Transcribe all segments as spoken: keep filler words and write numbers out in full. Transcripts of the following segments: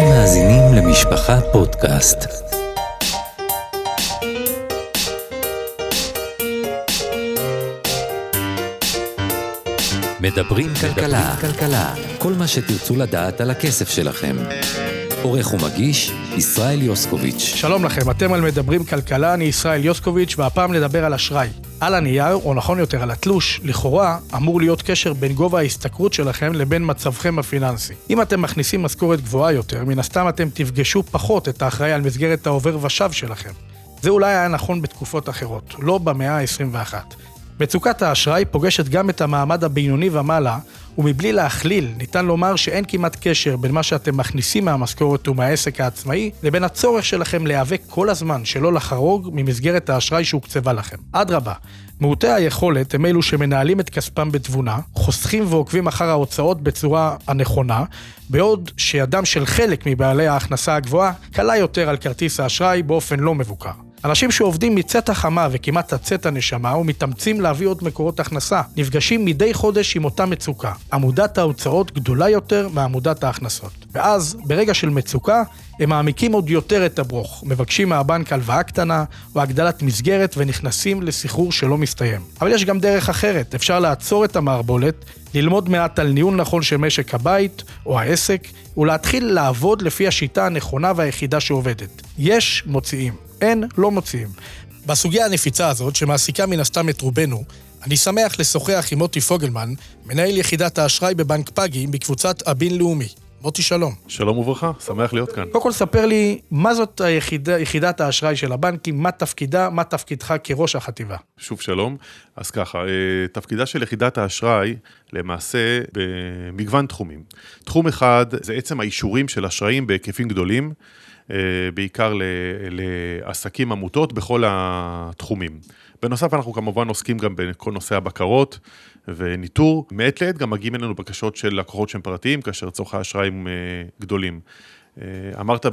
אתם מאזינים למשפחה פודקאסט. מדברים כלכלה, כלכלה, כל מה שתרצו לדעת על הכסף שלכם. עורך ומגיש, ישראל יוסקוביץ'. שלום לכם, אתם על מדברים כלכלה, אני ישראל יוסקוביץ', והפעם נדבר על אשראי. על הנייר, או נכון יותר על התלוש, לכאורה אמור להיות קשר בין גובה ההשתכרות שלכם לבין מצבכם הפיננסי. אם אתם מכניסים משכורת גבוהה יותר, מן הסתם אתם תפגשו פחות את האחראי על מסגרת העובר ושב שלכם. זה אולי היה נכון בתקופות אחרות, לא במאה ה-עשרים ואחת. מצוקת האשראי פוגשת גם את המעמד הבינוני ומעלה, ומבלי להכליל, ניתן לומר שאין כמעט קשר בין מה שאתם מכניסים מהמשכורת ומהעסק העצמאי, לבין הצורך שלכם להיאבק כל הזמן שלא לחרוג ממסגרת האשראי שהוקצבה לכם. אדרבה, מעוטי היכולת הם אלו שמנהלים את כספם בתבונה, חוסכים ועוקבים אחר ההוצאות בצורה הנכונה, בעוד שידם של חלק מבעלי ההכנסה הגבוהה קלה יותר על כרטיס האשראי באופן לא מבוקר. אנשים שעובדים מצאת החמה וכמעט הצאת הנשמה ומתאמצים להביא עוד מקורות הכנסה, נפגשים מדי חודש עם אותה מצוקה. עמודת ההוצאות גדולה יותר מעמודת ההכנסות. ואז, ברגע של מצוקה, הם מעמיקים עוד יותר את הברוך, מבקשים מהבנק הלוואה קטנה או הגדלת מסגרת ונכנסים לסחרור שלא מסתיים. אבל יש גם דרך אחרת, אפשר לעצור את המערבולת, ללמוד מעט על ניהול נכון של משק הבית או העסק, ולהתחיל לעבוד לפי השיטה הנכונה והיחידה שעובדת. יש מוציאים. אין, לא מוציאים. בסוגיה הנפיצה הזאת, שמעסיקה מן הסתם את רובנו, אני שמח לשוחח עם מוטי פוגלמן, מנהל יחידת האשראי בבנק פאגי, בקבוצת הבינלאומי. מוטי, שלום. שלום וברכה, שמח להיות כאן. קודם כל, ספר לי, מה זאת היחידה, יחידת האשראי של הבנקים, מה תפקידה, מה תפקידך כראש החטיבה? שוב שלום. אז ככה, תפקידה של יחידת האשראי, למעשה, במגוון תחומים. תחום אחד, זה עצם האישורים של אשראים בהיקפים גדולים, בעיקר לעסקים עמותות בכל התחומים. בנוסף, אנחנו כמובן עוסקים גם בכל נושא הבקרות וניטור. מעת לעת גם מגיעים אלינו בקשות של לקוחות שהם פרטיים, כאשר צורכי האשראי הם גדולים. אמרת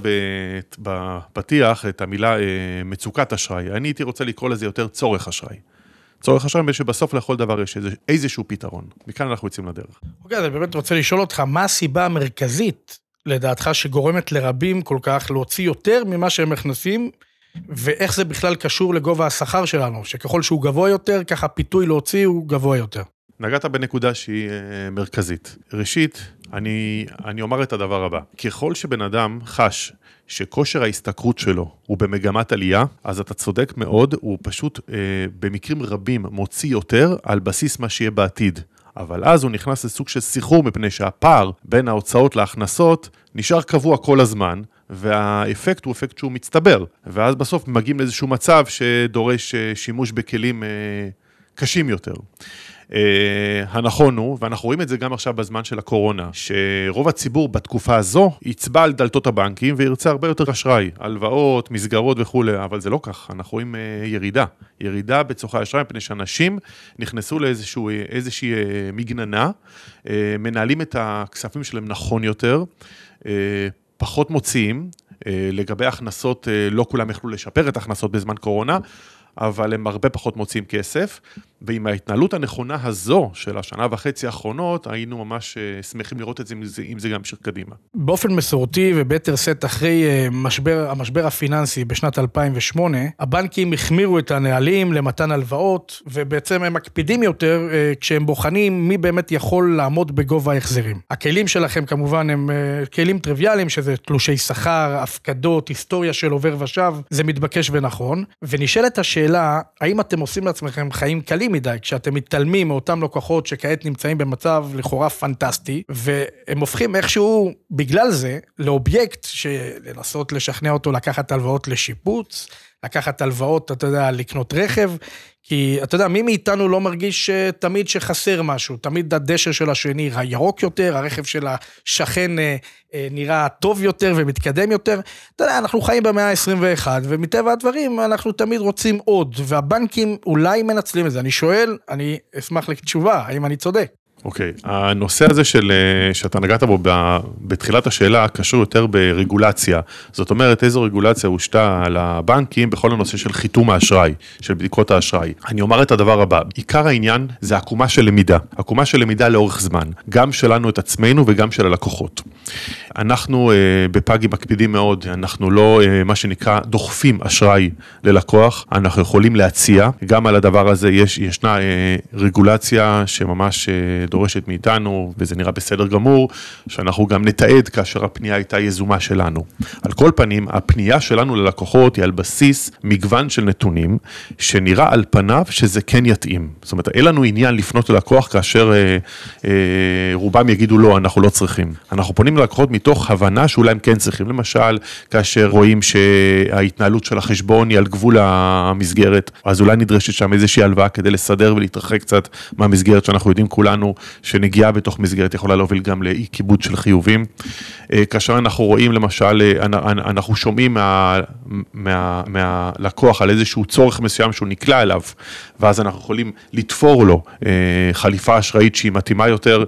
בפתיח את המילה מצוקת אשראי. אני הייתי רוצה לקרוא לזה יותר צורך אשראי. צורך אשראי שבסוף לכל דבר יש איזשהו פתרון. מכאן אנחנו יוצאים לדרך. אוקיי, אז אני באמת רוצה לשאול אותך, מה הסיבה המרכזית לדעתך שגורמת לרבים כל כך להוציא יותר ממה שהם מכנסים, ואיך זה בכלל קשור לגובה השכר שלנו, שככל שהוא גבוה יותר, ככה פיתוי להוציא הוא גבוה יותר. נגעת בנקודה שהיא מרכזית. ראשית, אני, אני אומר את הדבר הבא. ככל שבן אדם חש שכושר ההשתכרות שלו הוא במגמת עלייה, אז אתה צודק מאוד, הוא פשוט אה, במקרים רבים מוציא יותר על בסיס מה שיהיה בעתיד. אבל אז הוא נכנס לסוג של סחרור, מפני שהפער בין ההוצאות להכנסות נשאר קבוע כל הזמן, והאפקט הוא אפקט שהוא מצטבר. ואז בסוף מגיעים לאיזשהו מצב שדורש שימוש בכלים קשים יותר. הנכון הוא, ואנחנו רואים את זה גם עכשיו בזמן של הקורונה, שרוב הציבור בתקופה הזו יצבע על דלתות הבנקים וירצה הרבה יותר אשראי, הלוואות, מסגרות וכו', אבל זה לא כך, אנחנו רואים ירידה, ירידה בצורכי האשראי, מפני שאנשים נכנסו לאיזושהי מגננה, מנהלים את הכספים שלהם נכון יותר, פחות מוציאים, לגבי הכנסות, לא כולם יכלו לשפר את ההכנסות בזמן קורונה, אבל הם הרבה פחות מוצאים כסף, ועם ההתנהלות הנכונה הזו של השנה וחצי האחרונות, היינו ממש שמחים לראות את זה, אם זה גם ימשיך קדימה. באופן מסורתי וביתר סט אחרי משבר, המשבר הפיננסי בשנת אלפיים ושמונה, הבנקים החמירו את הנהלים למתן הלוואות, ובעצם הם מקפידים יותר כשהם בוחנים מי באמת יכול לעמוד בגובה ההחזרים. הכלים שלכם כמובן הם כלים טריוויאליים, שזה תלושי שכר, הפקדות, היסטוריה של עובר ושב, זה מתבקש ונכון, ונשאלת השאלה, האם אתם עושים לעצמכם חיים קלים מדי, כשאתם מתעלמים מאותם לקוחות שכעת נמצאים במצב לכאורה פנטסטי, והם הופכים איכשהו בגלל זה לאובייקט שלנסות לשכנע אותו לקחת הלוואות לשיפוץ, לקחת הלוואות, אתה יודע, לקנות רכב, כי אתה יודע, מי מאיתנו לא מרגיש תמיד שחסר משהו, תמיד הדשא של השני נראה ירוק יותר, הרכב של השכן נראה טוב יותר ומתקדם יותר, אתה יודע, אנחנו חיים במאה ה-עשרים ואחת, ומטבע הדברים אנחנו תמיד רוצים עוד, והבנקים אולי מנצלים את זה, אני שואל, אני אשמח לתשובה, האם אני צודק? אוקיי, הנושא הזה של, שאתה נגעת בו בתחילת השאלה, קשור יותר ברגולציה. זאת אומרת, איזו רגולציה הושתה על הבנקים בכל הנושא של חיתום האשראי, של בדיקות האשראי. אני אומר את הדבר הבא, עיקר העניין זה עקומה של למידה. עקומה של למידה לאורך זמן, גם שלנו את עצמנו וגם של הלקוחות. אנחנו בפאגי מקפידים מאוד, אנחנו לא, מה שנקרא, דוחפים אשראי ללקוח, אנחנו יכולים להציע, גם על הדבר הזה יש, ישנה רגולציה שממש דורשת מאיתנו, וזה נראה בסדר גמור, שאנחנו גם נתעד כאשר הפנייה הייתה יזומה שלנו. על כל פנים, הפנייה שלנו ללקוחות היא על בסיס מגוון של נתונים, שנראה על פניו שזה כן יתאים. זאת אומרת, אין לנו עניין לפנות ללקוח כאשר אה, אה, רובם יגידו לא, אנחנו לא צריכים. אנחנו פונים ללקוחות מתוך הבנה שאולי הם כן צריכים. למשל, כאשר רואים שההתנהלות של החשבון היא על גבול המסגרת, אז אולי נדרשת שם איזושהי הלוואה כדי לסדר ולהתרחק קצת מהמסגרת שאנחנו יודעים כולנו שנגיעה בתוך מסגרת יכולה להוביל גם לאי כיבוד של חיובים. כאשר אנחנו רואים למשל, אנחנו שומעים מה, מה, מהלקוח על איזשהו צורך מסוים שהוא נקלע אליו, ואז אנחנו יכולים לתפור לו חליפה אשראית שהיא מתאימה יותר,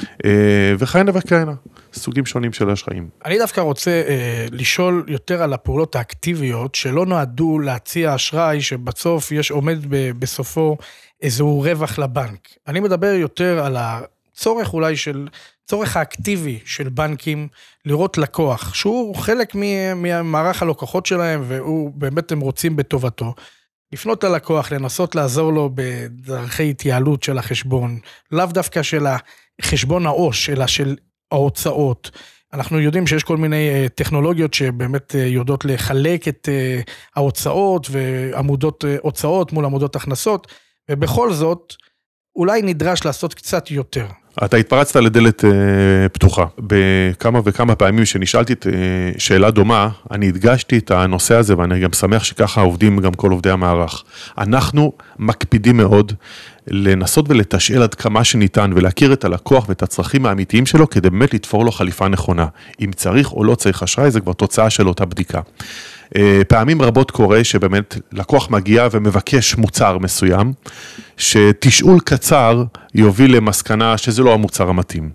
וכהנה וכהנה. סוגים שונים של אשראים. אני דווקא רוצה אה, לשאול יותר על הפעולות האקטיביות, שלא נועדו להציע אשראי, שבסוף יש עומד ב, בסופו איזהו רווח לבנק. אני מדבר יותר על הצורך אולי של, צורך האקטיבי של בנקים, לראות לקוח, שהוא חלק ממערך הלקוחות שלהם, והוא באמת הם רוצים בטובתו. לפנות ללקוח, לנסות לעזור לו בדרכי התייעלות של החשבון, לאו דווקא של החשבון העו"ש, אלא של ההוצאות. אנחנו יודעים שיש כל מיני טכנולוגיות שבאמת יודעות לחלק את ההוצאות ועמודות הוצאות מול עמודות הכנסות, ובכל זאת אולי נדרש לעשות קצת יותר. אתה התפרצת לדלת פתוחה. בכמה וכמה פעמים שנשאלתי את שאלה דומה, אני הדגשתי את הנושא הזה, ואני גם שמח שככה עובדים גם כל עובדי המערך. אנחנו מקפידים מאוד לנסות ולתשאל עד כמה שניתן, ולהכיר את הלקוח ואת הצרכים האמיתיים שלו, כדי באמת לתפור לו חליפה נכונה. אם צריך או לא צריך אשראי, זה כבר תוצאה של אותה בדיקה. פעמים רבות קורה שבאמת לקוח מגיע ומבקש מוצר מסוים, שתשאול קצר יוביל למסקנה שזה לא המוצר המתאים.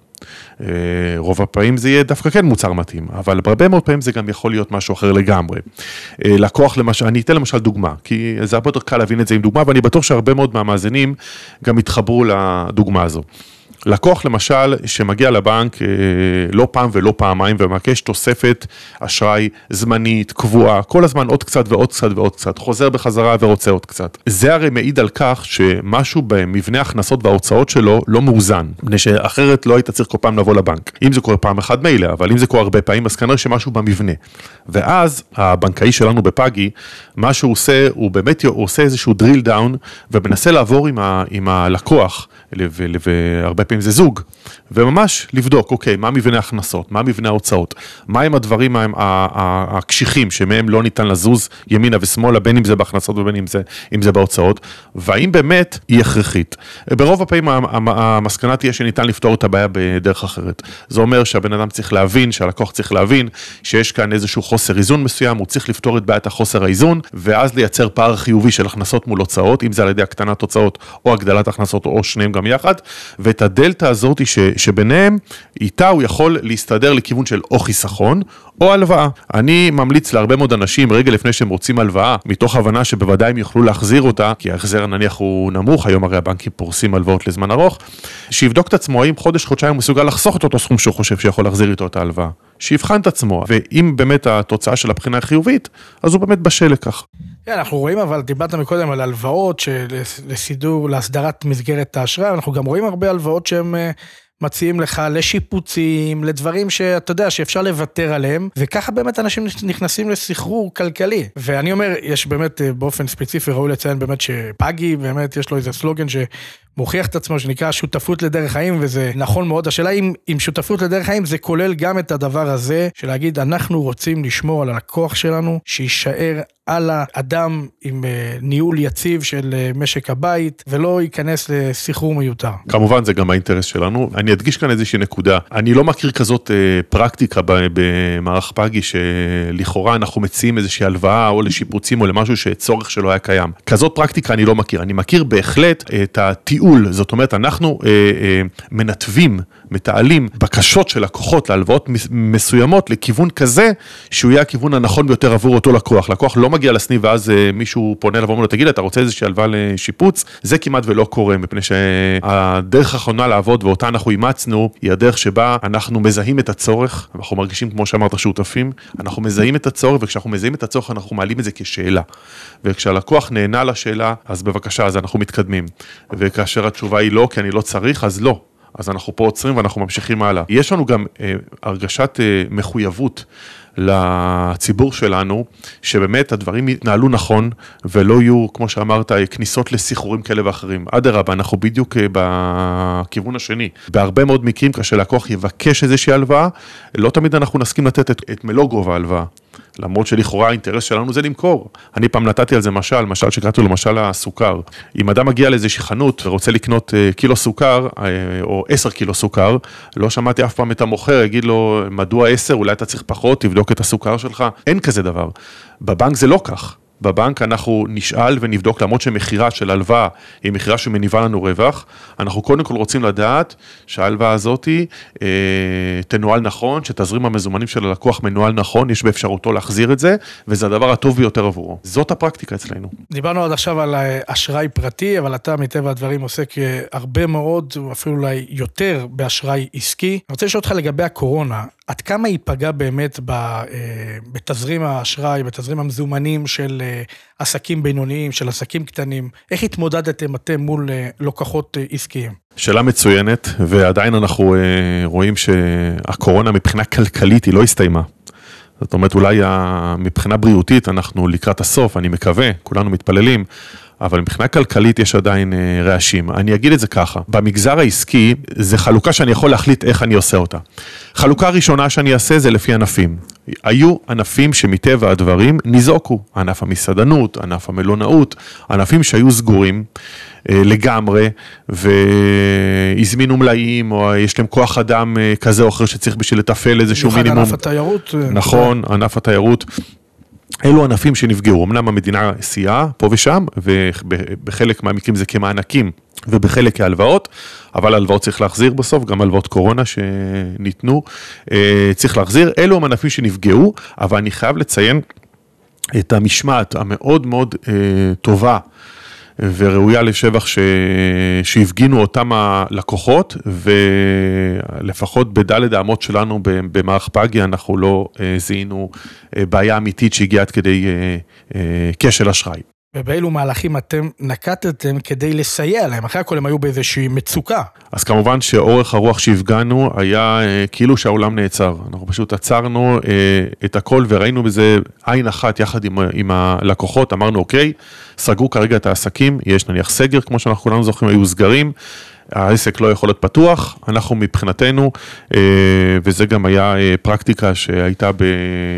רוב הפעמים זה יהיה דווקא כן מוצר מתאים, אבל בהרבה מאוד פעמים זה גם יכול להיות משהו אחר לגמרי. לקוח למשל, אני אתן למשל דוגמה, כי זה הרבה יותר קל להבין את זה עם דוגמה, ואני בטוח שהרבה מאוד מהמאזינים גם יתחברו לדוגמה הזו. לקוח למשל שמגיע לבנק לא פעם ולא פעמיים ומבקש תוספת אשראי זמנית, קבועה, כל הזמן עוד קצת ועוד קצת ועוד קצת, חוזר בחזרה ורוצה עוד קצת. זה הרי מעיד על כך שמשהו במבנה ההכנסות וההוצאות שלו לא מאוזן, מפני שאחרת לא היית צריך כל פעם לבוא לבנק. אם זה קורה פעם אחת מילא, אבל אם זה קורה הרבה פעמים, אז כנראה שמשהו במבנה. ואז הבנקאי שלנו בפאגי, מה שהוא עושה, הוא באמת הוא עושה איזשהו drill down ומנסה לעבור עם, ה, עם הלקוח, והרבה פעמים זה זוג, וממש לבדוק, אוקיי, מה מבנה ההכנסות, מה מבנה ההוצאות, מה הם הדברים הקשיחים שמהם לא ניתן לזוז ימינה ושמאלה, בין אם זה בהכנסות ובין אם זה, אם זה בהוצאות, והאם באמת היא הכרחית. ברוב הפעמים המסקנה תהיה שניתן לפתור את הבעיה בדרך אחרת. זה אומר שהבן אדם צריך להבין, שהלקוח צריך להבין, שיש כאן איזשהו חוסר איזון מסוים, הוא צריך לפתור את בעיית החוסר האיזון, ואז לייצר פער חיובי של הכנסות מול הוצאות, אם זה על ידי הקטנת הוצאות או הגדלת הכנסות או שניהם גם יחד, ואת הדלטה הזאת ש, שביניהם, איתה הוא יכול להסתדר לכיוון של או חיסכון או הלוואה. אני ממליץ להרבה מאוד אנשים רגע לפני שהם רוצים הלוואה, מתוך הבנה שבוודאי הם יוכלו להחזיר אותה, כי ההחזר נניח הוא נמוך, היום הרי הבנקים פורסים הלוואות לזמן ארוך, שיבדוק את עצמו, האם חודש, חודשיים הוא מסוגל לחסוך את אותו סכום שהוא חושב שיכול להחזיר איתו את ההלוואה. שיבחן את עצמו, ואם באמת התוצאה של הבחינה חיובית, אז הוא באמת בשל לכך. אנחנו רואים, אבל דיברת מקודם על הלוואות לסידור, להסדרת מסגרת האשראי, אנחנו גם רואים הרבה הלוואות שהם מציעים לך לשיפוצים, לדברים שאתה יודע שאפשר לוותר עליהם, וככה באמת אנשים נכנסים לסחרור כלכלי. ואני אומר, יש באמת באופן ספציפי, ראוי לציין באמת שפאגי, באמת יש לו איזה סלוגן שמוכיח את עצמו, שנקרא שותפות לדרך חיים, וזה נכון מאוד. השאלה אם, אם שותפות לדרך חיים זה כולל גם את הדבר הזה, של להגיד, אנחנו רוצים לשמור על הלקוח שלנו, שישאר על האדם עם ניהול יציב של משק הבית, ולא ייכנס לסחרור מיותר. כמובן זה גם האינטרס שלנו. אני אדגיש כאן איזושהי נקודה. אני לא מכיר כזאת פרקטיקה במערך פאגי, שלכאורה אנחנו מציעים איזושהי הלוואה או לשיפוצים או למשהו שצורך שלו היה קיים. כזאת פרקטיקה אני לא מכיר. אני מכיר בהחלט את התיאום תפעול, זאת אומרת, אנחנו אה, אה, מנתבים, מתעלים בקשות של לקוחות להלוואות מסוימות לכיוון כזה, שהוא יהיה הכיוון הנכון ביותר עבור אותו לקוח. לקוח לא מגיע לסניף ואז אה, מישהו פונה לבוא ולא, תגיד, אתה רוצה איזושהי הלוואה לשיפוץ? זה כמעט ולא קורה, מפני שהדרך האחרונה לעבוד, ואותה אנחנו אימצנו, היא הדרך שבה אנחנו מזהים את הצורך, אנחנו מרגישים, כמו שאמרת, שותפים, אנחנו מזהים את הצורך, וכשאנחנו מזהים את הצורך, אנחנו מעלים את זה כשאלה. וכשהלקוח נהנה לשאלה, אז בבקשה, אז אנחנו מתקדמים. וכאשר התשובה היא לא, כי אני לא צריך, אז לא. אז אנחנו פה עוצרים ואנחנו ממשיכים הלאה. יש לנו גם אה, הרגשת אה, מחויבות לציבור שלנו, שבאמת הדברים יתנהלו נכון, ולא יהיו, כמו שאמרת, כניסות לסחרורים כאלה ואחרים. אדרבה, אנחנו בדיוק בכיוון השני. בהרבה מאוד מקרים, כשלקוח יבקש איזושהי הלוואה, לא תמיד אנחנו נסכים לתת את, את מלוא גובה ההלוואה. למרות שלכאורה האינטרס שלנו זה למכור. אני פעם נתתי על זה משל, משל שקראתי לו משל הסוכר. אם אדם מגיע לאיזושהי חנות ורוצה לקנות קילו סוכר, או עשר קילו סוכר, לא שמעתי אף פעם את המוכר, יגיד לו, מדוע עשר, אולי אתה צריך פחות, תבדוק את הסוכר שלך. אין כזה דבר. בבנק זה לא כך. בבנק אנחנו נשאל ונבדוק, למרות שמחירה של הלוואה היא מחירה שמניבה לנו רווח, אנחנו קודם כל רוצים לדעת שההלוואה הזאת אה, תנוהל נכון, שתזרים המזומנים של הלקוח מנוהל נכון, יש באפשרותו להחזיר את זה, וזה הדבר הטוב ביותר עבורו. זאת הפרקטיקה אצלנו. דיברנו עד עכשיו על אשראי פרטי, אבל אתה מטבע הדברים עוסק הרבה מאוד, אפילו אולי יותר באשראי עסקי. אני רוצה לשאול אותך לגבי הקורונה, עד כמה ייפגע באמת בתזרים האשראי, בתזרים המזומנים של עסקים בינוניים, של עסקים קטנים? איך התמודדתם אתם מול לקוחות עסקיים? שאלה מצוינת, ועדיין אנחנו רואים שהקורונה מבחינה כלכלית היא לא הסתיימה. זאת אומרת, אולי מבחינה בריאותית אנחנו לקראת הסוף, אני מקווה, כולנו מתפללים, אבל מבחינה כלכלית יש עדיין רעשים. אני אגיד את זה ככה, במגזר העסקי זה חלוקה שאני יכול להחליט איך אני עושה אותה. חלוקה ראשונה שאני אעשה זה לפי ענפים. היו ענפים שמטבע הדברים ניזוקו, ענף המסעדנות, ענף המלונאות, ענפים שהיו סגורים לגמרי, והזמינו מלאים, או יש להם כוח אדם כזה או אחר שצריך בשביל לתפעל איזשהו מינימום. ענף התיירות. נכון, ענף התיירות. אלו ענפים שנפגעו, אמנם המדינה סייעה פה ושם, ובחלק מהמקרים זה כמענקים, ובחלק כהלוואות, אבל הלוואות צריך להחזיר בסוף, גם הלוואות קורונה שניתנו, צריך להחזיר. אלו ענפים שנפגעו, אבל אני חייב לציין את המשמעת המאוד מאוד טובה, וראויה לשבח ש... שהפגינו אותם הלקוחות, ולפחות בדלת האמות שלנו במערך פאגי, אנחנו לא זיהינו בעיה אמיתית שהגיעה עד כדי כשל אשראי. ובאילו מהלכים אתם נקטתם כדי לסייע להם? אחרי הכל הם היו באיזושהי מצוקה. אז כמובן שאורך הרוח שהפגענו היה כאילו שהעולם נעצר. אנחנו פשוט עצרנו את הכל וראינו בזה עין אחת יחד עם, עם הלקוחות. אמרנו, אוקיי, סגרו כרגע את העסקים, יש נניח סגר, כמו שאנחנו כולנו זוכרים, היו סגרים, העסק לא יכול להיות פתוח, אנחנו מבחינתנו, וזה גם היה פרקטיקה שהייתה ב,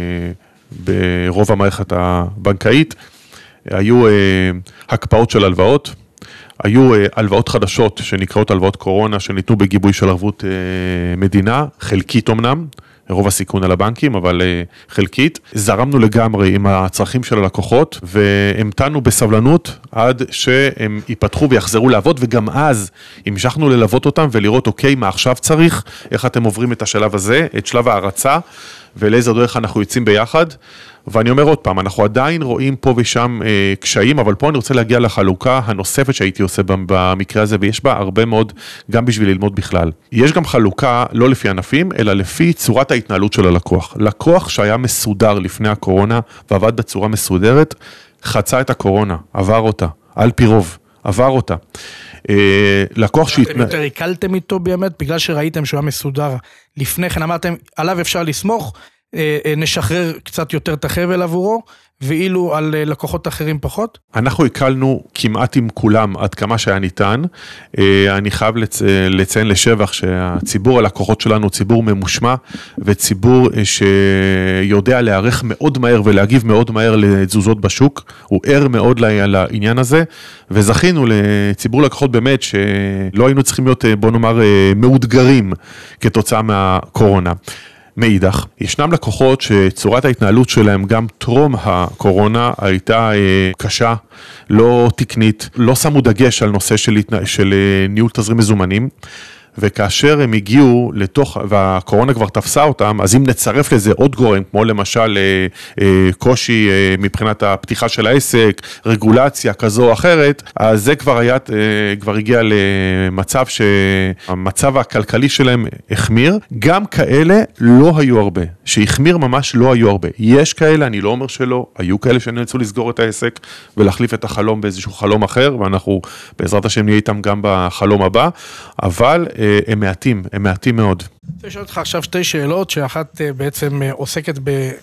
ברוב המערכת הבנקאית, היו אה, הקפאות של הלוואות, היו אה, הלוואות חדשות שנקראות הלוואות קורונה שניתנו בגיבוי של ערבות אה, מדינה, חלקית אמנם, רוב הסיכון על הבנקים, אבל אה, חלקית. זרמנו לגמרי עם הצרכים של הלקוחות, והמתנו בסבלנות עד שהם ייפתחו ויחזרו לעבוד, וגם אז המשכנו ללוות אותם ולראות, אוקיי, מה עכשיו צריך, איך אתם עוברים את השלב הזה, את שלב ההרצה, ולאיזה דרך אנחנו יוצאים ביחד. ואני אומר עוד פעם, אנחנו עדיין רואים פה ושם אה, קשיים, אבל פה אני רוצה להגיע לחלוקה הנוספת שהייתי עושה במקרה הזה, ויש בה הרבה מאוד גם בשביל ללמוד בכלל. יש גם חלוקה לא לפי ענפים, אלא לפי צורת ההתנהלות של הלקוח. לקוח שהיה מסודר לפני הקורונה, ועבד בצורה מסודרת, חצה את הקורונה, עבר אותה, על פי רוב, עבר אותה. אה, לקוח שהתנהל... אתם יותר הקלתם איתו באמת, בגלל שראיתם שהוא היה מסודר לפני כן, אמרתם, עליו אפשר לסמוך, נשחרר קצת יותר את החבל עבורו, ואילו על לקוחות אחרים פחות? אנחנו הקלנו כמעט עם כולם עד כמה שהיה ניתן. אני חייב לצ... לציין לשבח שהציבור הלקוחות שלנו הוא ציבור ממושמע, וציבור שיודע להערך מאוד מהר ולהגיב מאוד מהר לתזוזות בשוק. הוא ער מאוד לעניין הזה, וזכינו לציבור לקוחות באמת שלא היינו צריכים להיות, בוא נאמר, מאותגרים כתוצאה מהקורונה. מאידך, ישנם לקוחות שצורת ההתנהלות שלהם גם טרום הקורונה הייתה קשה, לא תקנית, לא שמו דגש על נושא של, של ניהול תזרים מזומנים, וכאשר הם הגיעו לתוך, והקורונה כבר תפסה אותם, אז אם נצרף לזה עוד גורם, כמו למשל קושי מבחינת הפתיחה של העסק, רגולציה כזו או אחרת, אז זה כבר היה, כבר הגיע למצב שהמצב הכלכלי שלהם החמיר, גם כאלה לא היו הרבה, שהחמיר ממש לא היו הרבה. יש כאלה, אני לא אומר שלא, היו כאלה שנאלצו לסגור את העסק ולהחליף את החלום באיזשהו חלום אחר, ואנחנו בעזרת השם נהיה איתם גם בחלום הבא, אבל הם מעטים, הם מעטים מאוד. אני רוצה לשאול אותך עכשיו שתי שאלות, שאחת בעצם עוסקת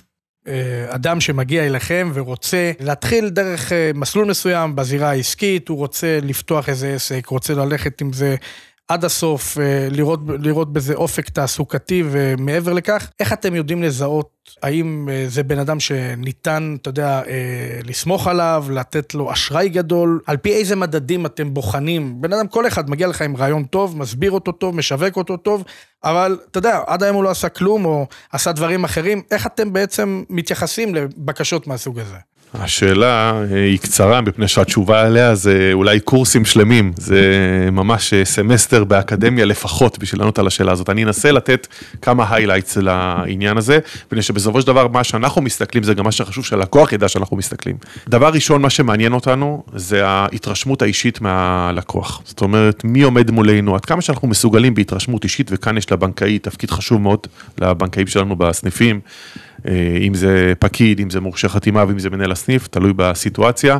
באדם שמגיע אליכם ורוצה להתחיל דרך מסלול מסוים בזירה העסקית, הוא רוצה לפתוח איזה עסק, רוצה ללכת עם זה עד הסוף, לראות, לראות בזה אופק תעסוקתי ומעבר לכך, איך אתם יודעים לזהות, האם זה בן אדם שניתן, אתה יודע, לסמוך עליו, לתת לו אשראי גדול, על פי איזה מדדים אתם בוחנים, בן אדם כל אחד מגיע לך עם רעיון טוב, מסביר אותו טוב, משווק אותו טוב, אבל אתה יודע, עד היום הוא לא עשה כלום, או עשה דברים אחרים, איך אתם בעצם מתייחסים לבקשות מהסוג הזה? השאלה היא קצרה, מפני שהתשובה עליה זה אולי קורסים שלמים, זה ממש סמסטר באקדמיה לפחות בשביל לענות על השאלה הזאת. אני אנסה לתת כמה highlights לעניין הזה, מפני שבסופו של דבר מה שאנחנו מסתכלים זה גם מה שחשוב שהלקוח ידע שאנחנו מסתכלים. דבר ראשון, מה שמעניין אותנו זה ההתרשמות האישית מהלקוח. זאת אומרת, מי עומד מולנו, עד כמה שאנחנו מסוגלים בהתרשמות אישית, וכאן יש לבנקאי תפקיד חשוב מאוד לבנקאים שלנו בסניפים, אם זה פקיד, אם זה מורשה חתימה, ואם זה מנהל הסניף, תלוי בסיטואציה,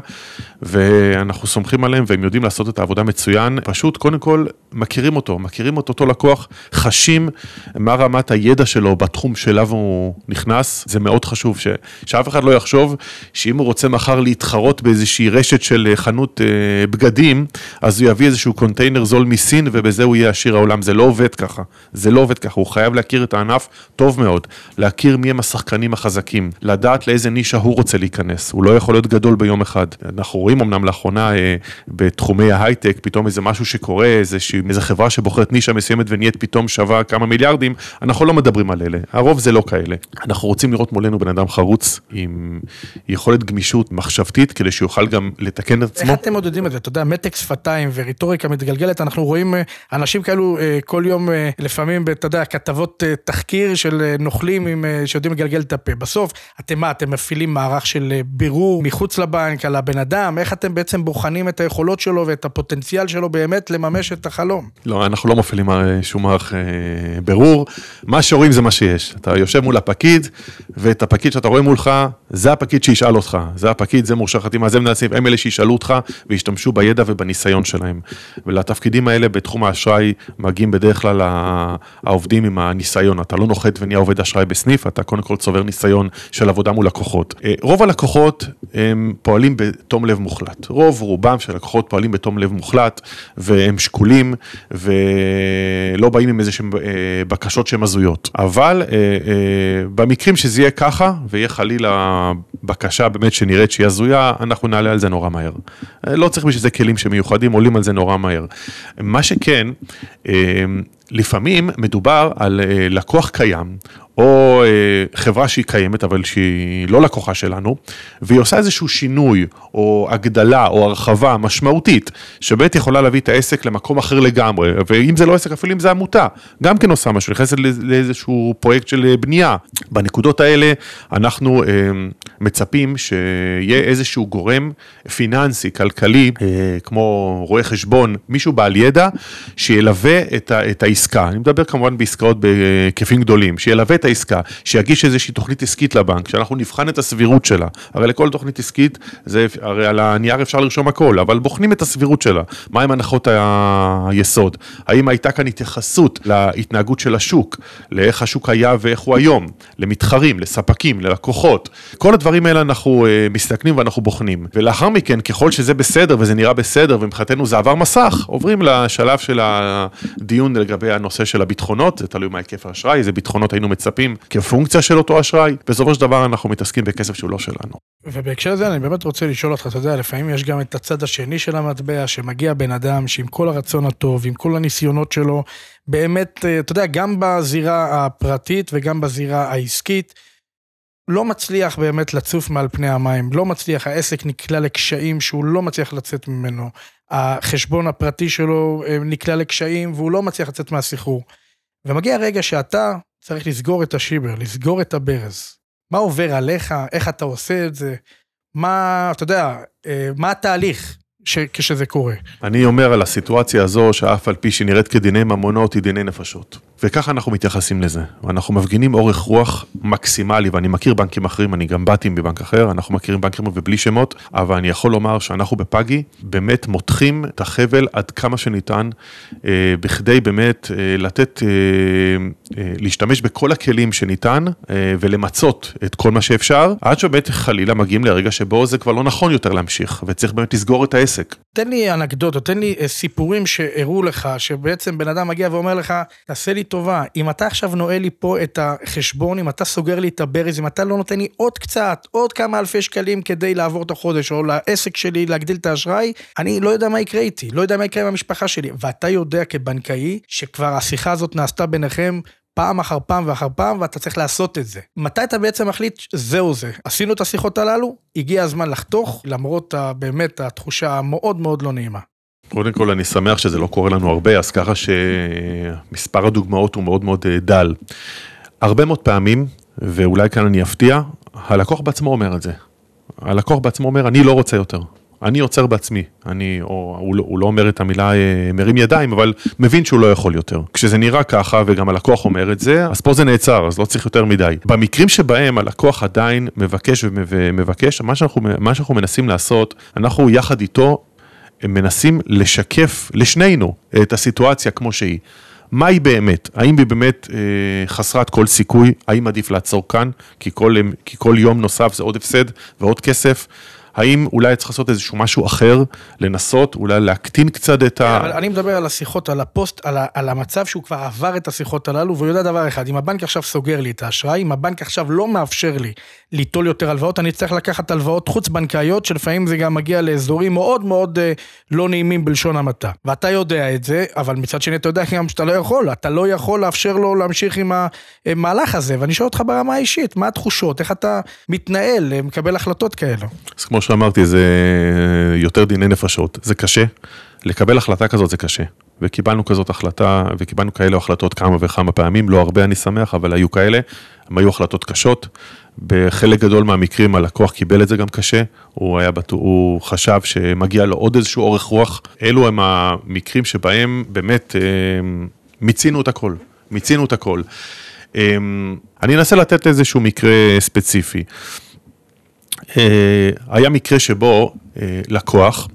ואנחנו סומכים עליהם, והם יודעים לעשות את העבודה מצוין, פשוט קודם כל מכירים אותו, מכירים את אותו לקוח, חשים מה רמת הידע שלו בתחום שלו הוא נכנס, זה מאוד חשוב, ש, שאף אחד לא יחשוב, שאם הוא רוצה מחר להתחרות באיזושהי רשת של חנות אה, בגדים, אז הוא יביא איזשהו קונטיינר זול מסין, ובזה הוא יהיה עשיר העולם, זה לא עובד ככה, זה לא עובד ככה, הוא חייב להכיר את הענף טוב מאוד, להכיר מי הם השחקנים החזקים, לדעת לאיזה נישה הוא רוצה להיכנס, הוא לא יכול להיות גדול ביום אחד. אנחנו רואים אמנם לאחרונה אה, בתחומי ההייטק, פתאום איזה משהו שקורה, איזה, איזה חברה שבוחרת נישה מסוימת ונהיית פתאום שווה כמה מיליארדים, אנחנו לא מדברים על אלה, הרוב זה לא כאלה. אנחנו רוצים לראות מולנו בן אדם חרוץ, עם יכולת גמישות מחשבתית, כדי שיוכל גם לתקן את עצמו. איך אתם עוד יודעים את זה? אתה יודע, מתק שפתיים וריטוריקה מתגלגלת, אנחנו רואים אנשים כאלו כל יום, לפעמים, אתה יודע, כתבות תחקיר של נוכלים שיודעים לגלגל את הפה. בסוף, אתם מה? אתם מפעילים מערך של בירור מחוץ לבנק על הבן אדם, איך אתם בעצם בוחנים את היכולות שלו ואת הפוטנציאל שלו באמת לממש את החלום? לא, אנחנו לא מפעילים שום מערך בירור. מה שרואים זה מה שיש. אתה יושב מול הפקיד, ואת הפקיד שאתה רואה מולך, זה הפקיד שישאל אותך. זה הפקיד, זה מורשה חתימה, זה מנהל סניף, הם אלה שישאלו אותך, וישתמשו בידע ובניסיון שלהם. ולתפקידים האלה בתחום האשראי, מגיעים בדרך כלל העובדים עם הניסיון. אתה לא נוחת ונהיה עובד אשראי בסניף, אתה קודם כל צובר ניסיון של עבודה מול לקוחות. רוב הלקוחות הם פועלים בתום לב מוחלט. רוב רובם של לקוחות פועלים בתום לב מוחלט, והם שקולים, ולא באים עם איזה שהם בקשות שהן הזויות. אבל במקרים שזה יהיה ככה, ויהיה חלילה בקשה באמת שנראית שהיא הזויה, אנחנו נעלה על זה נורא מהר. לא צריך בשביל זה כלים שמיוחדים, עולים על זה נורא מהר. מה שכן, לפעמים מדובר על לקוח קיים, או חברה שהיא קיימת, אבל שהיא לא לקוחה שלנו, והיא עושה איזשהו שינוי, או הגדלה, או הרחבה משמעותית, שבאמת יכולה להביא את העסק למקום אחר לגמרי, ואם זה לא עסק, אפילו אם זה עמותה, גם כן עושה משהו, נכנסת לאיזשהו פרויקט של בנייה. בנקודות האלה, אנחנו מצפים שיהיה איזשהו גורם פיננסי, כלכלי, כמו רואה חשבון, מישהו בעל ידע, שילווה את העסקה. אני מדבר כמובן בעסקאות בהיקפים גדולים, שילווה את העסקה, שיגיש איזושהי תוכנית עסקית לבנק, שאנחנו נבחן את הסבירות שלה. הרי לכל תוכנית עסקית, זה, הרי על הנייר אפשר לרשום הכל, אבל בוחנים את הסבירות שלה. מה הם הנחות היסוד? האם הייתה כאן התייחסות להתנהגות של השוק, לאיך השוק היה ואיך הוא היום, למתחרים, לספקים, ללקוחות. כל הדברים האלה אנחנו מסתכלים ואנחנו בוחנים. ולאחר מכן, ככל שזה בסדר וזה נראה בסדר, ומבחינתנו זה עבר מסך, עוברים לשלב של הדיון לגבי והנושא של הביטחונות, זה תלוי מה היקף האשראי, זה ביטחונות היינו מצפים כפונקציה של אותו אשראי, בסופו של דבר אנחנו מתעסקים בכסף שהוא לא שלנו. ובהקשר הזה אני באמת רוצה לשאול אותך, אתה יודע, לפעמים יש גם את הצד השני של המטבע, שמגיע בן אדם שעם כל הרצון הטוב, עם כל הניסיונות שלו, באמת, אתה יודע, גם בזירה הפרטית וגם בזירה העסקית, לא מצליח באמת לצוף מעל פני המים, לא מצליח, העסק נקלע לקשיים שהוא לא מצליח לצאת ממנו, החשבון הפרטי שלו נקלע לקשיים והוא לא מצליח לצאת מהסחרור. ומגיע הרגע שאתה צריך לסגור את השיבר, לסגור את הברז. מה עובר עליך, איך אתה עושה את זה, מה, אתה יודע, מה התהליך ש, כשזה קורה? אני אומר על הסיטואציה הזו, שאף על פי שנראית כדיני ממונות, היא דיני נפשות. וככה אנחנו מתייחסים לזה. אנחנו מפגינים אורך רוח מקסימלי, ואני מכיר בנקים אחרים, אני גם באתי בבנק אחר, אנחנו מכירים בנקים ובלי שמות, אבל אני יכול לומר שאנחנו בפאגי, באמת מותחים את החבל עד כמה שניתן, אה, בכדי באמת אה, לתת, אה, אה, להשתמש בכל הכלים שניתן, אה, ולמצות את כל מה שאפשר, עד שבאמת חלילה מגיעים לרגע שבו זה כבר לא נכון יותר להמשיך, וצריך באמת לסגור את העסק. תן לי אנקדוטות, תן לי סיפורים שהראו לך, שבעצם בן אדם מגיע ואומר לך, תעשה לי טובה, אם אתה עכשיו נועל לי פה את החשבון, אם אתה סוגר לי את הברז, אם אתה לא נותן לי עוד קצת, עוד כמה אלפי שקלים כדי לעבור את החודש, או לעסק שלי להגדיל את האשראי, אני לא יודע מה יקרה איתי, לא יודע מה יקרה עם המשפחה שלי, ואתה יודע כבנקאי, שכבר השיחה הזאת נעשתה ביניכם, פעם אחר פעם ואחר פעם, ואתה צריך לעשות את זה. מתי אתה בעצם מחליט, זהו זה. עשינו את השיחות הללו, הגיע הזמן לחתוך, למרות באמת התחושה המאוד מאוד לא נעימה. קודם כל אני שמח שזה לא קורה לנו הרבה, אז ככה שמספר הדוגמאות הוא מאוד מאוד דל. הרבה מאוד פעמים, ואולי כאן אני אפתיע, הלקוח בעצמו אומר את זה. הלקוח בעצמו אומר, אני לא רוצה יותר. אני יוצר בעצמי, אני, או, הוא, הוא לא אומר את המילה מרים ידיים, אבל מבין שהוא לא יכול יותר. כשזה נראה ככה, וגם הלקוח אומר את זה, אז פה זה נעצר, אז לא צריך יותר מדי. במקרים שבהם הלקוח עדיין מבקש ומבקש, מה שאנחנו, מה שאנחנו מנסים לעשות, אנחנו יחד איתו, מנסים לשקף לשנינו את הסיטואציה כמו שהיא. מה היא באמת? האם היא באמת אה, חסרת כל סיכוי? האם עדיף לעצור כאן? כי כל, כי כל יום נוסף זה עוד הפסד ועוד כסף. האם אולי צריך לעשות איזשהו משהו אחר, לנסות, אולי להקטין קצת את ה... אבל אני מדבר על השיחות, על הפוסט, על, ה, על המצב שהוא כבר עבר את השיחות הללו, והוא יודע דבר אחד, אם הבנק עכשיו סוגר לי את האשראי, אם הבנק עכשיו לא מאפשר לי ליטול יותר הלוואות, אני צריך לקחת הלוואות חוץ בנקאיות, שלפעמים זה גם מגיע לאזורים מאוד מאוד אה, לא נעימים בלשון המעטה. ואתה יודע את זה, אבל מצד שני אתה יודע גם שאתה לא יכול, אתה לא יכול לאפשר לו להמשיך עם המהלך הזה, ואני שואל אותך ברמה האישית, מה התחושות, איך אתה מתנהל, מקבל החלטות כאלו? אז כמו שאמרתי, זה יותר דיני נפשות, זה קשה, לקבל החלטה כזאת זה קשה, וקיבלנו כזאת החלטה, וקיבלנו כאלה החלטות כמה וכמה פעמים, לא הרבה אני שמח, אבל היו כאלה, הם היו החלטות קשות, בחלק גדול מהמקרים הלקוח קיבל את זה גם קשה, הוא היה בטוח, הוא חשב שמגיע לו עוד איזשהו אורך רוח, אלו הם המקרים שבהם באמת מיצינו את הכל, מיצינו את הכל. אני אנסה לתת איזשהו מקרה ספציפי, היה מקרה שבו לקוח,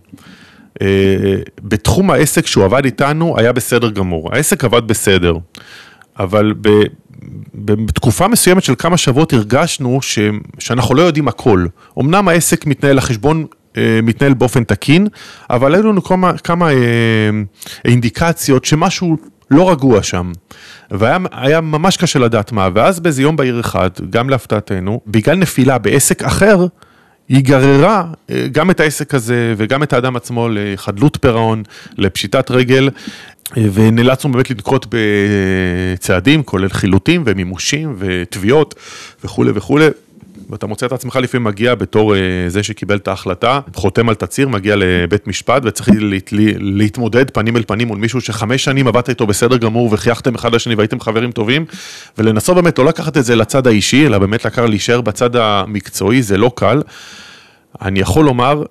בתחום העסק שהוא עבד איתנו היה בסדר גמור, העסק עבד בסדר, אבל בתקופה מסוימת של כמה שבועות הרגשנו שאנחנו לא יודעים הכל, אמנם העסק מתנהל, החשבון מתנהל באופן תקין, אבל היו לנו כמה, כמה אינדיקציות שמשהו לא רגוע שם, והיה היה ממש קשה לדעת מה, ואז באיזה יום בעיר אחד, גם להפתעתנו, בגלל נפילה בעסק אחר, היא גררה גם את העסק הזה, וגם את האדם עצמו לחדלות פירעון, לפשיטת רגל, ונאלצנו באמת לנקוט בצעדים, כולל חילוטים ומימושים ותביעות וכו' וכו'. ואתה מוצא את עצמך לפעמים מגיע בתור זה שקיבל את ההחלטה, חותם על תציר, מגיע לבית משפט, וצריך להתמודד פנים אל פנים מול מישהו שחמש שנים עבדת איתו בסדר גמור, וחייכתם אחד לשני והייתם חברים טובים, ולנסות באמת לא לקחת את זה לצד האישי, אלא באמת לקחת להישאר בצד המקצועי, זה לא קל. אני יכול לומר,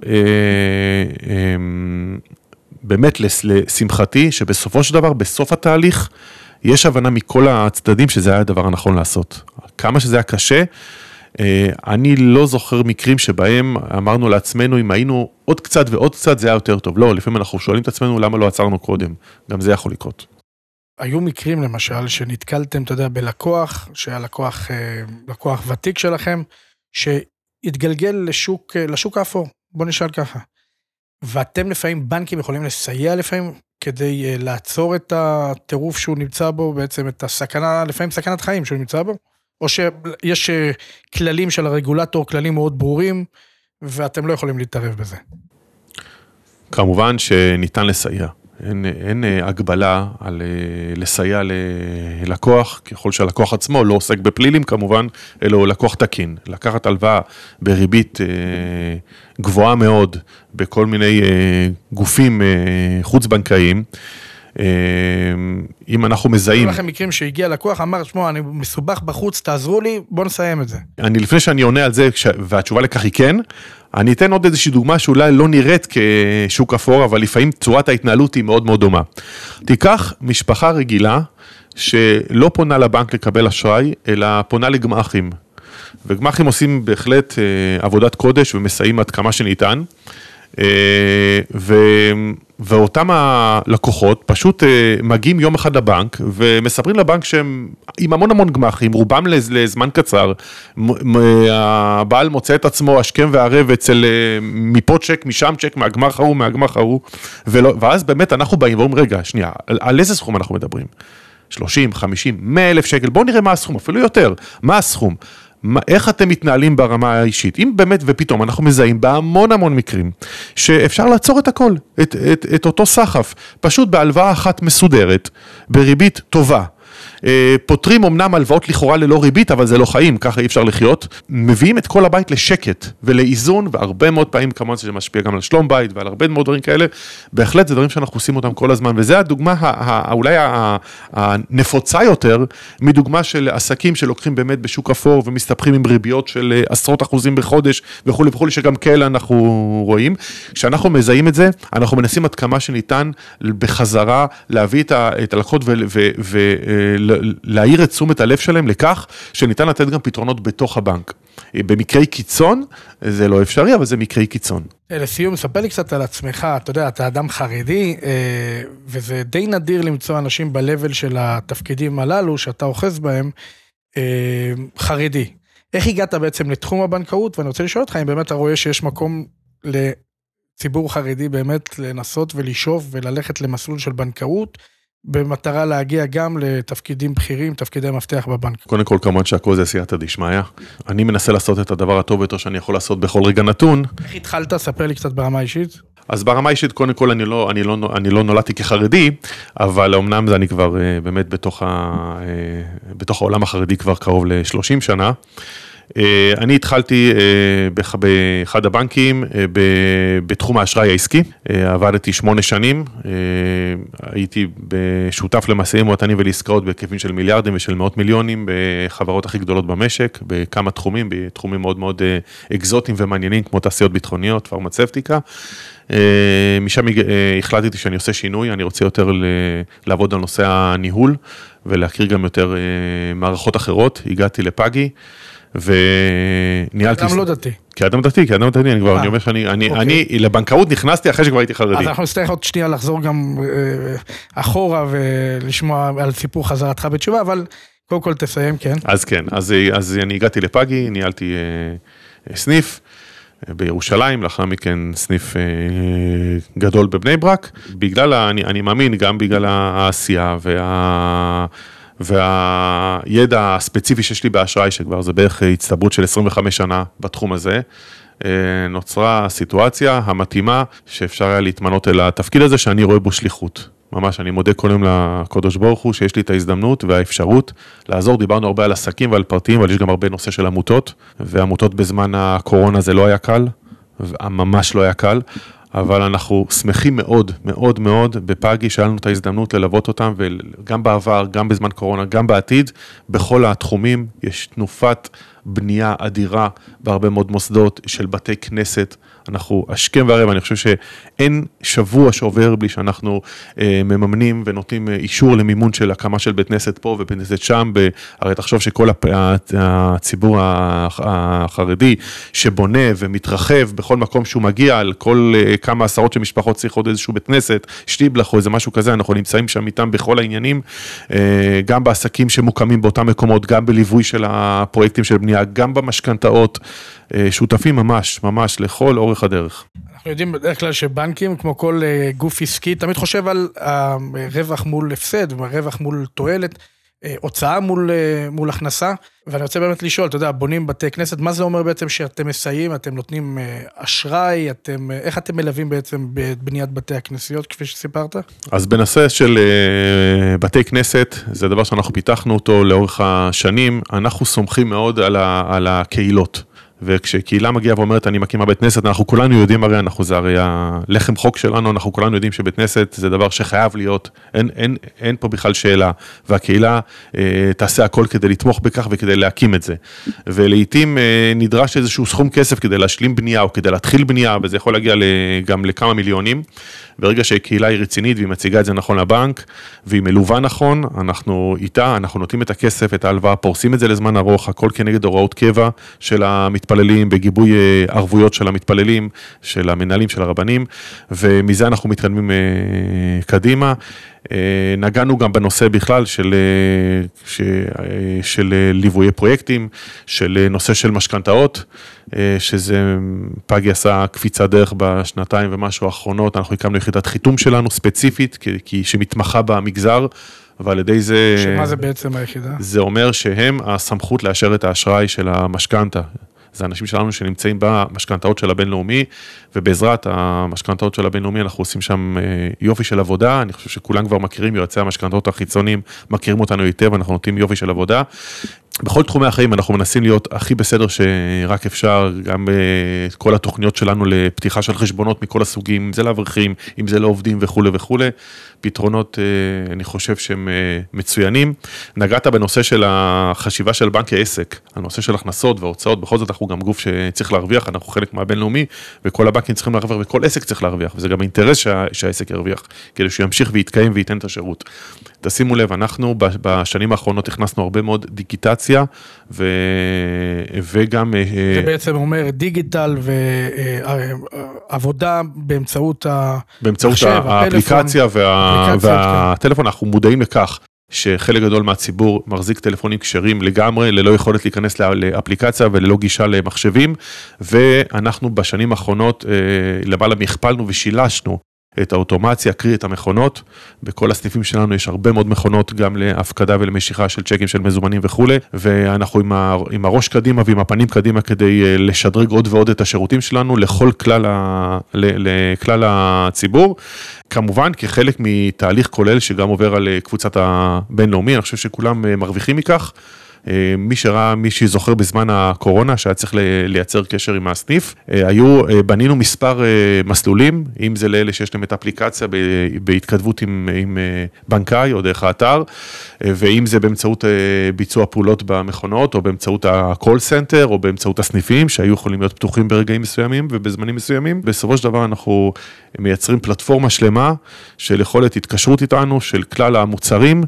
באמת לשמחתי, שבסופו של דבר, בסוף התהליך, יש הבנה מכל הצדדים שזה היה הדבר הנכון לעשות. כמה שזה היה קשה, אני לא זוכר מקרים שבהם אמרנו לעצמנו, אם היינו עוד קצת ועוד קצת, זה היה יותר טוב. לא, לפעמים אנחנו שואלים את עצמנו, למה לא עצרנו קודם? גם זה יכול לקרות. היו מקרים, למשל, שנתקלתם, אתה יודע, בלקוח, שהלקוח, לקוח ותיק שלכם, שהתגלגל לשוק, לשוק האפור. בוא נשאל ככה. ואתם לפעמים, בנקים יכולים לסייע לפעמים, כדי לעצור את הטירוף שהוא נמצא בו, בעצם את הסכנה, לפעמים סכנת חיים שהוא נמצא בו? או שיש כללים של הרגולטור, כללים מאוד ברורים, ואתם לא יכולים להתערב בזה? כמובן שניתן לסייע. אין, אין הגבלה על לסייע ללקוח, ככל שהלקוח עצמו לא עוסק בפלילים כמובן, אלא הוא לקוח תקין. לקחת הלוואה בריבית גבוהה מאוד, בכל מיני גופים חוץ-בנקאיים, אם אנחנו מזהים... יש לכם מקרים שהגיע לקוח, אמר, שמוע, אני מסובך בחוץ, תעזרו לי, בוא נסיים את זה. אני לפני שאני עונה על זה, והתשובה לכך היא כן, אני אתן עוד איזושהי דוגמה שאולי לא נראית כשוק אפור, אבל לפעמים צורת ההתנהלות היא מאוד מאוד דומה. תיקח משפחה רגילה, שלא פונה לבנק לקבל אשראי, אלא פונה לגמחים. וגמחים עושים בהחלט עבודת קודש ומסייעים עד כמה שניתן, ו... ואותם הלקוחות פשוט מגיעים יום אחד לבנק, ומספרים לבנק שהם עם המון המון גמחים, רובם לזמן קצר, הבעל מוצא את עצמו השכם והערב אצל מפה צ'ק, משם צ'ק, מהגמח ההוא, מהגמח ההוא, ואז באמת אנחנו באים ואומרים, רגע, שנייה, על איזה סכום אנחנו מדברים? שלושים, חמישים, מאה אלף שקל, בואו נראה מה הסכום, אפילו יותר, מה הסכום? איך אתם מתנהלים ברמה האישית? אם באמת ופתאום אנחנו מזהים בהמון המון מקרים שאפשר לעצור את הכל, את, את, את אותו סחף, פשוט בהלוואה אחת מסודרת, בריבית טובה. פותרים אמנם הלוואות לכאורה ללא ריבית, אבל זה לא חיים, ככה אי אפשר לחיות. מביאים את כל הבית לשקט ולאיזון, והרבה מאוד פעמים כמובן שזה משפיע גם על שלום בית ועל הרבה מאוד דברים כאלה. בהחלט זה דברים שאנחנו עושים אותם כל הזמן, וזה הדוגמה אולי הנפוצה יותר מדוגמה של עסקים שלוקחים באמת בשוק אפור ומסתבכים עם ריביות של עשרות אחוזים בחודש וכו' וכו', שגם כאלה אנחנו רואים. כשאנחנו מזהים את זה, אנחנו מנסים עד כמה שניתן בחזרה להביא את הלקוחות ו להעיר את תשומת הלב שלהם לכך שניתן לתת גם פתרונות בתוך הבנק. במקרי קיצון, זה לא אפשרי, אבל זה מקרי קיצון. לסיום, ספר לי קצת על עצמך, אתה יודע, אתה אדם חרדי, וזה די נדיר למצוא אנשים בלבל של התפקידים הללו, שאתה אוחז בהם, חרדי. איך הגעת בעצם לתחום הבנקאות? ואני רוצה לשאול אותך, אם באמת אתה רואה שיש מקום לציבור חרדי באמת לנסות ולשאוף וללכת למסלול של בנקאות, במטרה להגיע גם לתפקידים בכירים, תפקידי מפתח בבנק. קודם כל, כמובן שהכל זה סייעתא דשמיא. אני מנסה לעשות את הדבר הטוב ביותר שאני יכול לעשות בכל רגע נתון. איך התחלת? ספר לי קצת ברמה אישית. אז ברמה אישית, קודם כל, אני לא, אני לא, אני לא נולדתי כחרדי, אבל אמנם זה אני כבר באמת בתוך ה, בתוך העולם החרדי כבר קרוב ל-שלושים שנה. אני התחלתי באחד הבנקים בתחום האשראי העסקי, עבדתי שמונה שנים, הייתי שותף למשאים ומתנים ולעסקאות בהיקפים של מיליארדים ושל מאות מיליונים בחברות הכי גדולות במשק, בכמה תחומים, בתחומים מאוד מאוד אקזוטיים ומעניינים כמו תעשיות ביטחוניות, פרמצבטיקה. משם החלטתי שאני עושה שינוי, אני רוצה יותר לעבוד על נושא הניהול ולהכיר גם יותר מערכות אחרות, הגעתי לפאגי, וניהלתי... אדם לא דתי. כאדם דתי, כאדם דתי, אני כבר, אני אומר שאני, אני לבנקאות נכנסתי אחרי שכבר הייתי חרדי. אז אנחנו נצטרך עוד שנייה לחזור גם אחורה ולשמוע על סיפור חזרתך בתשובה, אבל קודם כל תסיים, כן. אז כן, אז אני הגעתי לפאגי, ניהלתי סניף בירושלים, לאחר מכן סניף גדול בבני ברק, בגלל, אני מאמין, גם בגלל העשייה וה... והידע הספציפי שיש לי באשראי, שכבר זה בערך הצטברות של עשרים וחמש שנה בתחום הזה, נוצרה הסיטואציה המתאימה שאפשר היה להתמנות אל התפקיד הזה, שאני רואה בו שליחות. ממש, אני מודה כל יום לקדוש ברוך הוא, שיש לי את ההזדמנות והאפשרות לעזור. דיברנו הרבה על עסקים ועל פרטים, אבל יש גם הרבה נושא של עמותות, ועמותות בזמן הקורונה זה לא היה קל, ממש לא היה קל, אבל אנחנו שמחים מאוד, מאוד מאוד בפאגי, שהיה לנו את ההזדמנות ללוות אותם, וגם בעבר, גם בזמן קורונה, גם בעתיד, בכל התחומים יש תנופת בנייה אדירה בהרבה מאוד מוסדות של בתי כנסת, אנחנו השכם והערב, אני חושב שאין שבוע שעובר בלי שאנחנו אה, מממנים ונותנים אישור למימון של הקמה של בית כנסת פה ובית כנסת שם, ב... הרי תחשוב שכל הפ... הציבור החרדי שבונה ומתרחב בכל מקום שהוא מגיע, על כל אה, כמה עשרות של משפחות צריך עוד איזשהו בית כנסת, שטיבלח או איזה משהו כזה, אנחנו נמצאים שם איתם בכל העניינים, אה, גם בעסקים שמוקמים באותם מקומות, גם בליווי של הפרויקטים של בנייה, גם במשכנתאות, שותפים ממש, ממש לכל אורך הדרך. אנחנו יודעים בדרך כלל שבנקים, כמו כל גוף עסקי, תמיד חושב על רווח מול הפסד, רווח מול תועלת, הוצאה מול, מול הכנסה, ואני רוצה באמת לשאול, אתה יודע, בונים בתי כנסת, מה זה אומר בעצם שאתם מסייעים, אתם נותנים אשראי, אתם, איך אתם מלווים בעצם בבניית בתי הכנסיות, כפי שסיפרת? אז בנושא של בתי כנסת, זה דבר שאנחנו פיתחנו אותו לאורך השנים, אנחנו סומכים מאוד על, ה, על הקהילות. וכשקהילה מגיעה ואומרת, אני מקימה בית כנסת, אנחנו כולנו יודעים, הרי אנחנו, זה הרי הלחם חוק שלנו, אנחנו כולנו יודעים שבית כנסת זה דבר שחייב להיות, אין, אין, אין פה בכלל שאלה, והקהילה אה, תעשה הכל כדי לתמוך בכך וכדי להקים את זה. ולעיתים אה, נדרש איזשהו סכום כסף כדי להשלים בנייה, או כדי להתחיל בנייה, וזה יכול להגיע גם לכמה מיליונים. ברגע שהקהילה היא רצינית, והיא מציגה את זה נכון לבנק, והיא מלווה נכון, אנחנו איתה, אנחנו נותנים את הכסף, את ההלוואה, פורסים את זה לזמן ארוך, הכל כנגד הוראות קבע של המתפללים, בגיבוי ערבויות של המתפללים, של המנהלים, של הרבנים, ומזה אנחנו מתקדמים קדימה. נגענו גם בנושא בכלל של, של ליווי פרויקטים, של נושא של משכנתאות, שזה פגי עשה קפיצה דרך בשנתיים ומשהו האחרונות, אנחנו הקמנו יחידת חיתום שלנו ספציפית, כי שמתמחה במגזר, ועל ידי זה... שמה זה בעצם היחידה? זה אומר שהם הסמכות לאשר את האשראי של המשכנתה. זה אנשים שלנו שנמצאים במשכנתאות של הבינלאומי, ובעזרת המשכנתאות של הבינלאומי אנחנו עושים שם יופי של עבודה, אני חושב שכולם כבר מכירים, יועצי המשכנתאות החיצוניים מכירים אותנו היטב, אנחנו נותנים יופי של עבודה. בכל תחומי החיים אנחנו מנסים להיות הכי בסדר שרק אפשר, גם כל התוכניות שלנו לפתיחה של חשבונות מכל הסוגים, אם זה לאברכים, אם זה לעובדים וכו' וכו'. פתרונות, אני חושב שהם מצוינים. נגעת בנושא של החשיבה של בנק העסק, הנושא של הכנסות וההוצאות, בכל זאת אנחנו גם גוף שצריך להרוויח, אנחנו חלק מהבינלאומי, וכל הבנקים צריכים להרוויח, וכל עסק צריך להרוויח, וזה גם אינטרס שה, שהעסק ירוויח, כדי שהוא ימשיך ויתקיים וייתן את השירות. תשימו לב, אנחנו בשנים האחרונות הכנסנו הרבה מאוד דיגיטציה, ו... וגם... זה בעצם אומר דיגיטל ועבודה באמצעות באמצעות האפליקציה וה... והטלפון, אנחנו מודעים לכך שחלק גדול מהציבור מחזיק טלפונים כשרים לגמרי, ללא יכולת להיכנס לאפליקציה וללא גישה למחשבים, ואנחנו בשנים האחרונות למעלה מהכפלנו ושילשנו את האוטומציה, קרי את המכונות, בכל הסניפים שלנו יש הרבה מאוד מכונות, גם להפקדה ולמשיכה של צ'קים של מזומנים וכו', ואנחנו עם, ה, עם הראש קדימה ועם הפנים קדימה, כדי לשדרג עוד ועוד את השירותים שלנו, לכל כלל, ה, ל, לכלל הציבור, כמובן כחלק מתהליך כולל, שגם עובר על קבוצת הבינלאומי, אני חושב שכולם מרוויחים מכך, מי שראה, מי שזוכר בזמן הקורונה, שהיה צריך לייצר קשר עם הסניף, היו, בנינו מספר מסלולים, אם זה לאלה שיש להם את האפליקציה בהתכתבות עם, עם בנקאי או דרך האתר, ואם זה באמצעות ביצוע פעולות במכונות, או באמצעות ה-call center, או באמצעות הסניפים, שהיו יכולים להיות פתוחים ברגעים מסוימים ובזמנים מסוימים. בסופו של דבר אנחנו מייצרים פלטפורמה שלמה של יכולת התקשרות איתנו, של כלל המוצרים,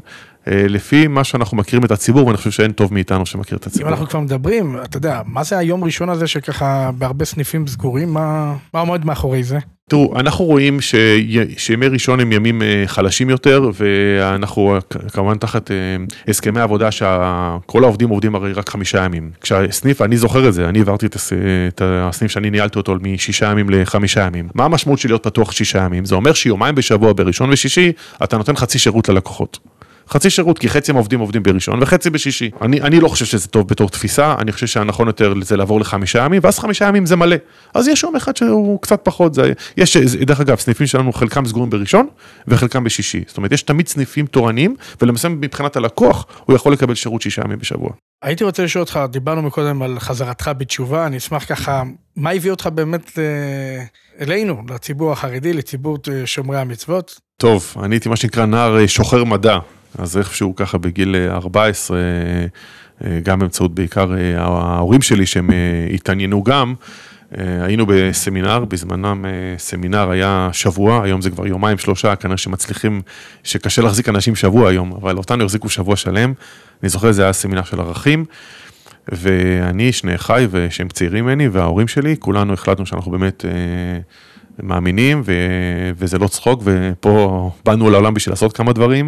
לפי מה שאנחנו מכירים את הציבור, ואני חושב שאין טוב מאיתנו שמכיר את הציבור. אם אנחנו כבר מדברים, אתה יודע, מה זה היום ראשון הזה שככה בהרבה סניפים סגורים, מה, מה עומד מאחורי זה? תראו, אנחנו רואים ש... שימי ראשון הם ימים חלשים יותר, ואנחנו כמובן תחת הסכמי עבודה שכל העובדים עובדים הרי רק חמישה ימים. כשהסניף, אני זוכר את זה, אני עברתי את הסניף שאני ניהלתי אותו משישה ימים לחמישה ימים. מה המשמעות של להיות פתוח שישה ימים? זה אומר שיומיים בשבוע בראשון ושישי, אתה נותן חצי שירות ללקוחות. חצי שירות, כי חצי עובדים עובדים בראשון וחצי בשישי. אני, אני לא חושב שזה טוב בתור תפיסה, אני חושב שהנכון יותר זה לעבור לחמישה ימים, ואז חמישה ימים זה מלא. אז יש יום אחד שהוא קצת פחות, זה, יש, דרך אגב, סניפים שלנו חלקם סגורים בראשון, וחלקם בשישי. זאת אומרת, יש תמיד סניפים תורניים, ולמעשה מבחינת הלקוח, הוא יכול לקבל שירות שישה ימים בשבוע. הייתי רוצה לשאול אותך, דיברנו מקודם על חזרתך בתשובה, אני אשמח ככה, מה הביא אותך באמת אלינו, לציבור החרדי, לציבור שומרי המצוות? טוב, אני הייתי מה שנקרא נער שוחר מדע. אז איכשהו ככה בגיל ארבע עשרה, גם באמצעות בעיקר ההורים שלי שהם התעניינו גם, היינו בסמינר, בזמנם סמינר היה שבוע, היום זה כבר יומיים שלושה, כנראה שמצליחים, שקשה להחזיק אנשים שבוע היום, אבל אותנו החזיקו שבוע שלם, אני זוכר זה היה סמינר של ערכים, ואני, שני חי ושהם צעירים ממני, וההורים שלי, כולנו החלטנו שאנחנו באמת מאמינים, וזה לא צחוק, ופה באנו לעולם בשביל לעשות כמה דברים,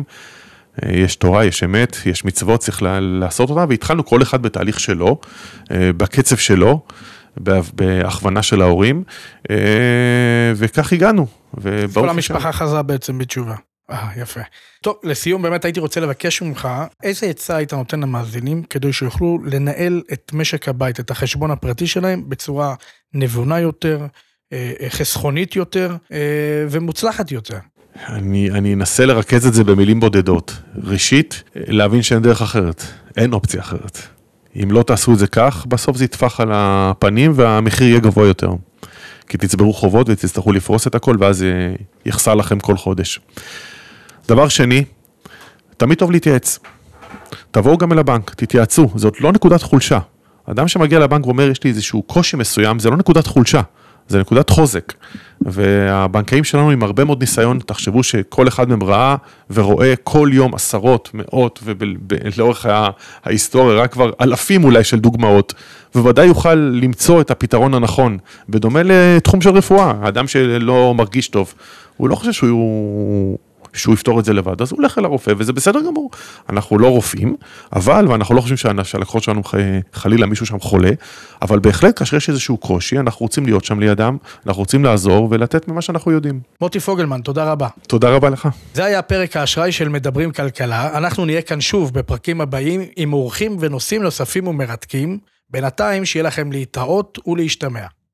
יש תורה, יש אמת, יש מצוות, צריך לעשות אותה, והתחלנו כל אחד בתהליך שלו, בקצב שלו, בהכוונה של ההורים, וכך הגענו. כל המשפחה חזרה בעצם בתשובה. אה, יפה. טוב, לסיום באמת הייתי רוצה לבקש ממך, איזה עצה היית נותן למאזינים, כדי שיוכלו לנהל את משק הבית, את החשבון הפרטי שלהם, בצורה נבונה יותר, חסכונית יותר, ומוצלחת יותר? אני, אני אנסה לרכז את זה במילים בודדות. ראשית, להבין שאין דרך אחרת, אין אופציה אחרת. אם לא תעשו את זה כך, בסוף זה יתפח על הפנים, והמחיר יהיה גבוה יותר. כי תצברו חובות ותצטרכו לפרוס את הכל, ואז יחסר לכם כל חודש. דבר שני, תמיד טוב להתייעץ. תבואו גם אל הבנק, תתייעצו, זאת לא נקודת חולשה. אדם שמגיע לבנק ואומר, יש לי איזשהו קושי מסוים, זה לא נקודת חולשה, זה נקודת חוזק. והבנקאים שלנו עם הרבה מאוד ניסיון, תחשבו שכל אחד מהם ראה ורואה כל יום עשרות, מאות, ולאורך ההיסטוריה, רק כבר אלפים אולי של דוגמאות, וודאי יוכל למצוא את הפתרון הנכון, בדומה לתחום של רפואה. האדם שלא מרגיש טוב, הוא לא חושב שהוא... שהוא יפתור את זה לבד, אז הוא הולך אל הרופא, וזה בסדר גמור. אנחנו לא רופאים, אבל, ואנחנו לא חושבים שהלקוחות שלנו חלילה מישהו שם חולה, אבל בהחלט, כאשר יש איזשהו קושי, אנחנו רוצים להיות שם לידם, אנחנו רוצים לעזור ולתת ממה שאנחנו יודעים. מוטי פוגלמן, תודה רבה. תודה רבה לך. זה היה פרק האשראי של מדברים כלכלה, אנחנו נהיה כאן שוב בפרקים הבאים, עם אורחים ונושאים נוספים ומרתקים, בינתיים שיהיה לכם להתראות ולהשתמע.